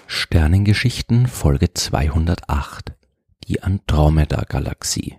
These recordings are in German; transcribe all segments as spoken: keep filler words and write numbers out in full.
Sternengeschichten Folge zweihundertacht. Die Andromeda-Galaxie.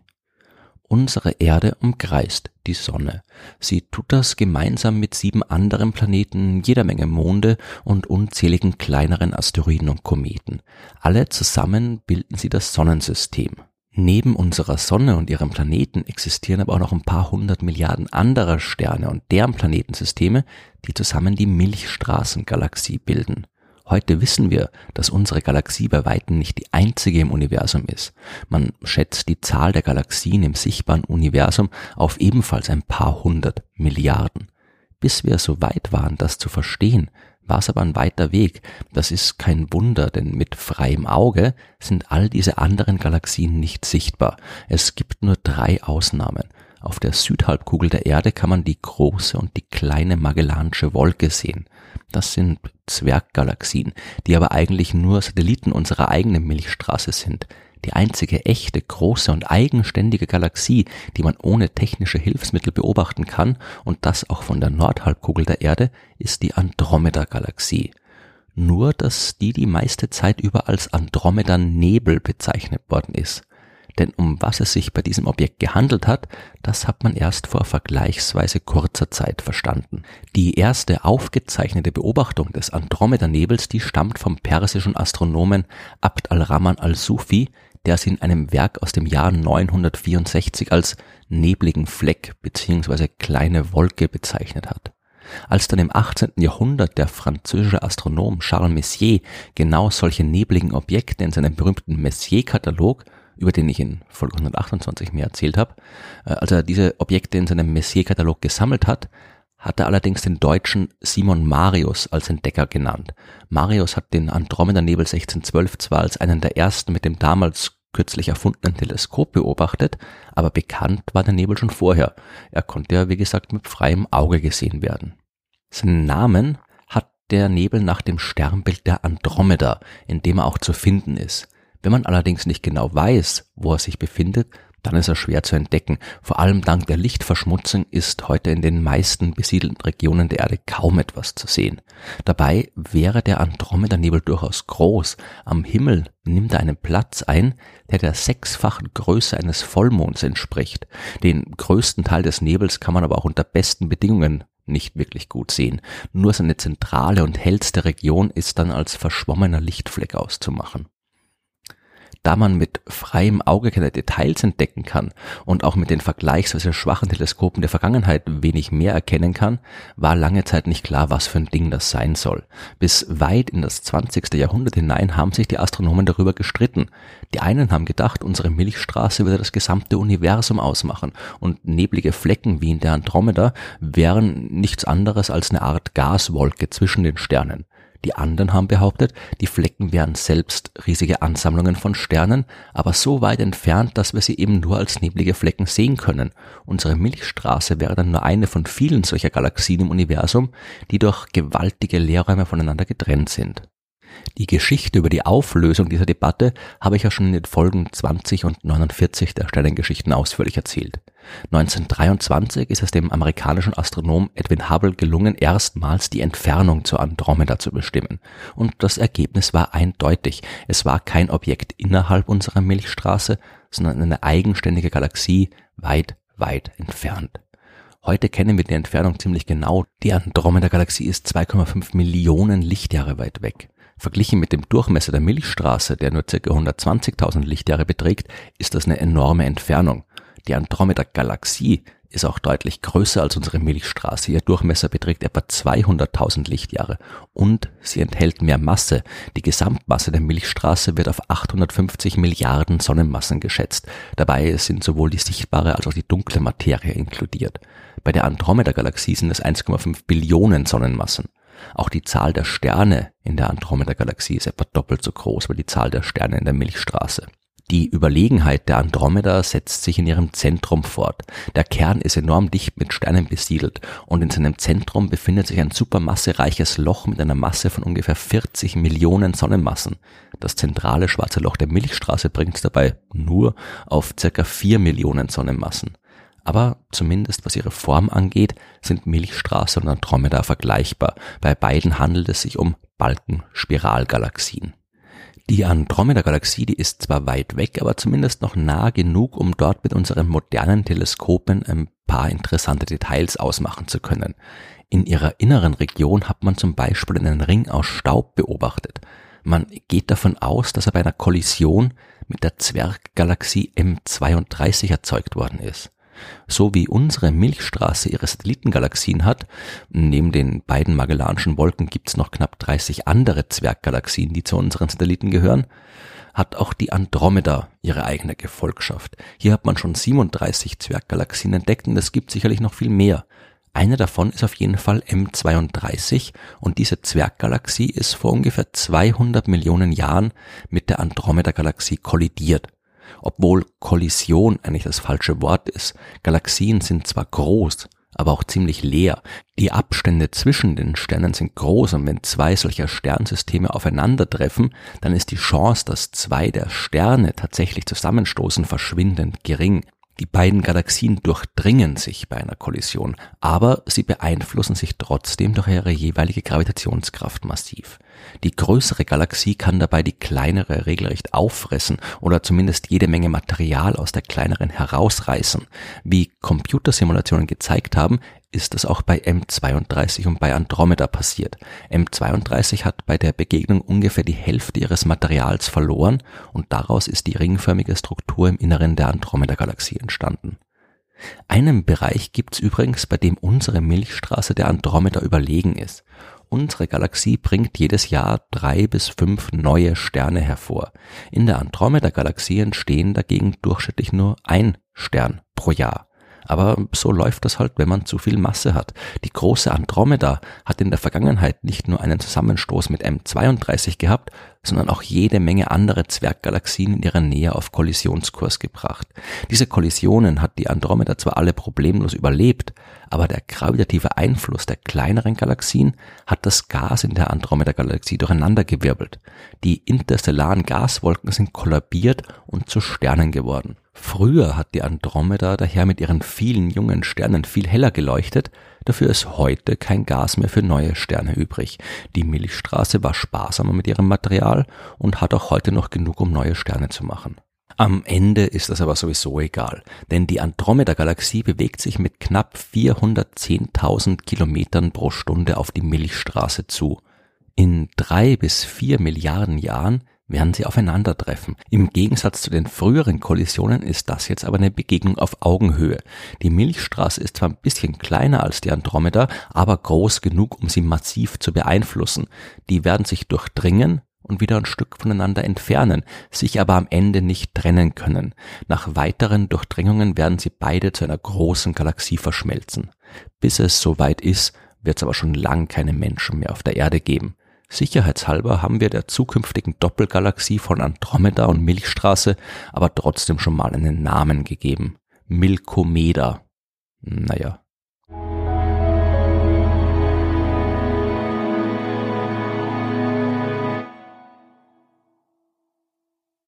Unsere Erde umkreist die Sonne. Sie tut das gemeinsam mit sieben anderen Planeten, jeder Menge Monde und unzähligen kleineren Asteroiden und Kometen. Alle zusammen bilden sie das Sonnensystem. Neben unserer Sonne und ihrem Planeten existieren aber auch noch ein paar hundert Milliarden anderer Sterne und deren Planetensysteme, die zusammen die Milchstraßengalaxie bilden. Heute wissen wir, dass unsere Galaxie bei weitem nicht die einzige im Universum ist. Man schätzt die Zahl der Galaxien im sichtbaren Universum auf ebenfalls ein paar hundert Milliarden. Bis wir so weit waren, das zu verstehen, war es aber ein weiter Weg. Das ist kein Wunder, denn mit freiem Auge sind all diese anderen Galaxien nicht sichtbar. Es gibt nur drei Ausnahmen. Auf der Südhalbkugel der Erde kann man die große und die kleine Magellansche Wolke sehen. Das sind Zwerggalaxien, die aber eigentlich nur Satelliten unserer eigenen Milchstraße sind. Die einzige echte, große und eigenständige Galaxie, die man ohne technische Hilfsmittel beobachten kann, und das auch von der Nordhalbkugel der Erde, ist die Andromeda-Galaxie. Nur, dass die die meiste Zeit über als Andromeda-Nebel bezeichnet worden ist. Denn um was es sich bei diesem Objekt gehandelt hat, das hat man erst vor vergleichsweise kurzer Zeit verstanden. Die erste aufgezeichnete Beobachtung des Andromeda-Nebels, die stammt vom persischen Astronomen Abd al-Rahman al-Sufi, der sie in einem Werk aus dem Jahr neunhundertvierundsechzig als nebligen Fleck bzw. kleine Wolke bezeichnet hat. Als dann im achtzehnten Jahrhundert der französische Astronom Charles Messier genau solche nebligen Objekte in seinem berühmten Messier-Katalog, über den ich in Folge hundertachtundzwanzig mehr erzählt habe, als er diese Objekte in seinem Messier-Katalog gesammelt hat, hat er allerdings den Deutschen Simon Marius als Entdecker genannt. Marius hat den Andromeda-Nebel sechzehnhundertzwölf zwar als einen der ersten mit dem damals kürzlich erfundenen Teleskop beobachtet, aber bekannt war der Nebel schon vorher. Er konnte ja, wie gesagt, mit freiem Auge gesehen werden. Seinen Namen hat der Nebel nach dem Sternbild der Andromeda, in dem er auch zu finden ist. Wenn man allerdings nicht genau weiß, wo er sich befindet, dann ist er schwer zu entdecken. Vor allem dank der Lichtverschmutzung ist heute in den meisten besiedelten Regionen der Erde kaum etwas zu sehen. Dabei wäre der Andromeda-Nebel durchaus groß. Am Himmel nimmt er einen Platz ein, der der sechsfachen Größe eines Vollmonds entspricht. Den größten Teil des Nebels kann man aber auch unter besten Bedingungen nicht wirklich gut sehen. Nur seine zentrale und hellste Region ist dann als verschwommener Lichtfleck auszumachen. Da man mit freiem Auge keine Details entdecken kann und auch mit den vergleichsweise schwachen Teleskopen der Vergangenheit wenig mehr erkennen kann, war lange Zeit nicht klar, was für ein Ding das sein soll. Bis weit in das zwanzigste Jahrhundert hinein haben sich die Astronomen darüber gestritten. Die einen haben gedacht, unsere Milchstraße würde das gesamte Universum ausmachen und neblige Flecken wie in der Andromeda wären nichts anderes als eine Art Gaswolke zwischen den Sternen. Die anderen haben behauptet, die Flecken wären selbst riesige Ansammlungen von Sternen, aber so weit entfernt, dass wir sie eben nur als neblige Flecken sehen können. Unsere Milchstraße wäre dann nur eine von vielen solcher Galaxien im Universum, die durch gewaltige Leerräume voneinander getrennt sind. Die Geschichte über die Auflösung dieser Debatte habe ich ja schon in den Folgen zwanzig und neunundvierzig der Sternengeschichten ausführlich erzählt. neunzehnhundertdreiundzwanzig ist es dem amerikanischen Astronom Edwin Hubble gelungen, erstmals die Entfernung zur Andromeda zu bestimmen. Und das Ergebnis war eindeutig. Es war kein Objekt innerhalb unserer Milchstraße, sondern eine eigenständige Galaxie weit, weit entfernt. Heute kennen wir die Entfernung ziemlich genau. Die Andromeda-Galaxie ist zwei Komma fünf Millionen Lichtjahre weit weg. Verglichen mit dem Durchmesser der Milchstraße, der nur ca. hundertzwanzigtausend Lichtjahre beträgt, ist das eine enorme Entfernung. Die Andromeda-Galaxie ist auch deutlich größer als unsere Milchstraße. Ihr Durchmesser beträgt etwa zweihunderttausend Lichtjahre und sie enthält mehr Masse. Die Gesamtmasse der Milchstraße wird auf achthundertfünfzig Milliarden Sonnenmassen geschätzt. Dabei sind sowohl die sichtbare als auch die dunkle Materie inkludiert. Bei der Andromeda-Galaxie sind es eins Komma fünf Billionen Sonnenmassen. Auch die Zahl der Sterne in der Andromeda-Galaxie ist etwa doppelt so groß wie die Zahl der Sterne in der Milchstraße. Die Überlegenheit der Andromeda setzt sich in ihrem Zentrum fort. Der Kern ist enorm dicht mit Sternen besiedelt und in seinem Zentrum befindet sich ein supermassereiches Loch mit einer Masse von ungefähr vierzig Millionen Sonnenmassen. Das zentrale schwarze Loch der Milchstraße bringt es dabei nur auf circa vier Millionen Sonnenmassen. Aber zumindest was ihre Form angeht, sind Milchstraße und Andromeda vergleichbar. Bei beiden handelt es sich um Balkenspiralgalaxien. Die Andromeda-Galaxie, die ist zwar weit weg, aber zumindest noch nah genug, um dort mit unseren modernen Teleskopen ein paar interessante Details ausmachen zu können. In ihrer inneren Region hat man zum Beispiel einen Ring aus Staub beobachtet. Man geht davon aus, dass er bei einer Kollision mit der Zwerggalaxie M zweiunddreißig erzeugt worden ist. So wie unsere Milchstraße ihre Satellitengalaxien hat, neben den beiden Magellanischen Wolken gibt's noch knapp dreißig andere Zwerggalaxien, die zu unseren Satelliten gehören, hat auch die Andromeda ihre eigene Gefolgschaft. Hier hat man schon siebenunddreißig Zwerggalaxien entdeckt und es gibt sicherlich noch viel mehr. Eine davon ist auf jeden Fall M zweiunddreißig und diese Zwerggalaxie ist vor ungefähr zweihundert Millionen Jahren mit der Andromeda-Galaxie kollidiert. Obwohl Kollision eigentlich das falsche Wort ist. Galaxien sind zwar groß, aber auch ziemlich leer. Die Abstände zwischen den Sternen sind groß und wenn zwei solcher Sternsysteme aufeinandertreffen, dann ist die Chance, dass zwei der Sterne tatsächlich zusammenstoßen, verschwindend gering. Die beiden Galaxien durchdringen sich bei einer Kollision, aber sie beeinflussen sich trotzdem durch ihre jeweilige Gravitationskraft massiv. Die größere Galaxie kann dabei die kleinere regelrecht auffressen oder zumindest jede Menge Material aus der kleineren herausreißen. Wie Computersimulationen gezeigt haben, ist das auch bei M zweiunddreißig und bei Andromeda passiert. M zweiunddreißig hat bei der Begegnung ungefähr die Hälfte ihres Materials verloren und daraus ist die ringförmige Struktur im Inneren der Andromeda-Galaxie entstanden. Einen Bereich gibt's übrigens, bei dem unsere Milchstraße der Andromeda überlegen ist. Unsere Galaxie bringt jedes Jahr drei bis fünf neue Sterne hervor. In der Andromeda-Galaxie entstehen dagegen durchschnittlich nur ein Stern pro Jahr. Aber so läuft das halt, wenn man zu viel Masse hat. Die große Andromeda hat in der Vergangenheit nicht nur einen Zusammenstoß mit M zweiunddreißig gehabt, sondern auch jede Menge andere Zwerggalaxien in ihrer Nähe auf Kollisionskurs gebracht. Diese Kollisionen hat die Andromeda zwar alle problemlos überlebt, aber der gravitative Einfluss der kleineren Galaxien hat das Gas in der Andromeda-Galaxie durcheinandergewirbelt. Die interstellaren Gaswolken sind kollabiert und zu Sternen geworden. Früher hat die Andromeda daher mit ihren vielen jungen Sternen viel heller geleuchtet, dafür ist heute kein Gas mehr für neue Sterne übrig. Die Milchstraße war sparsamer mit ihrem Material und hat auch heute noch genug, um neue Sterne zu machen. Am Ende ist das aber sowieso egal, denn die Andromeda-Galaxie bewegt sich mit knapp vierhundertzehntausend Kilometern pro Stunde auf die Milchstraße zu. In drei bis vier Milliarden Jahren werden sie aufeinandertreffen. Im Gegensatz zu den früheren Kollisionen ist das jetzt aber eine Begegnung auf Augenhöhe. Die Milchstraße ist zwar ein bisschen kleiner als die Andromeda, aber groß genug, um sie massiv zu beeinflussen. Die werden sich durchdringen und wieder ein Stück voneinander entfernen, sich aber am Ende nicht trennen können. Nach weiteren Durchdringungen werden sie beide zu einer großen Galaxie verschmelzen. Bis es soweit ist, wird es aber schon lang keine Menschen mehr auf der Erde geben. Sicherheitshalber haben wir der zukünftigen Doppelgalaxie von Andromeda und Milchstraße aber trotzdem schon mal einen Namen gegeben. Milkomeda. Naja,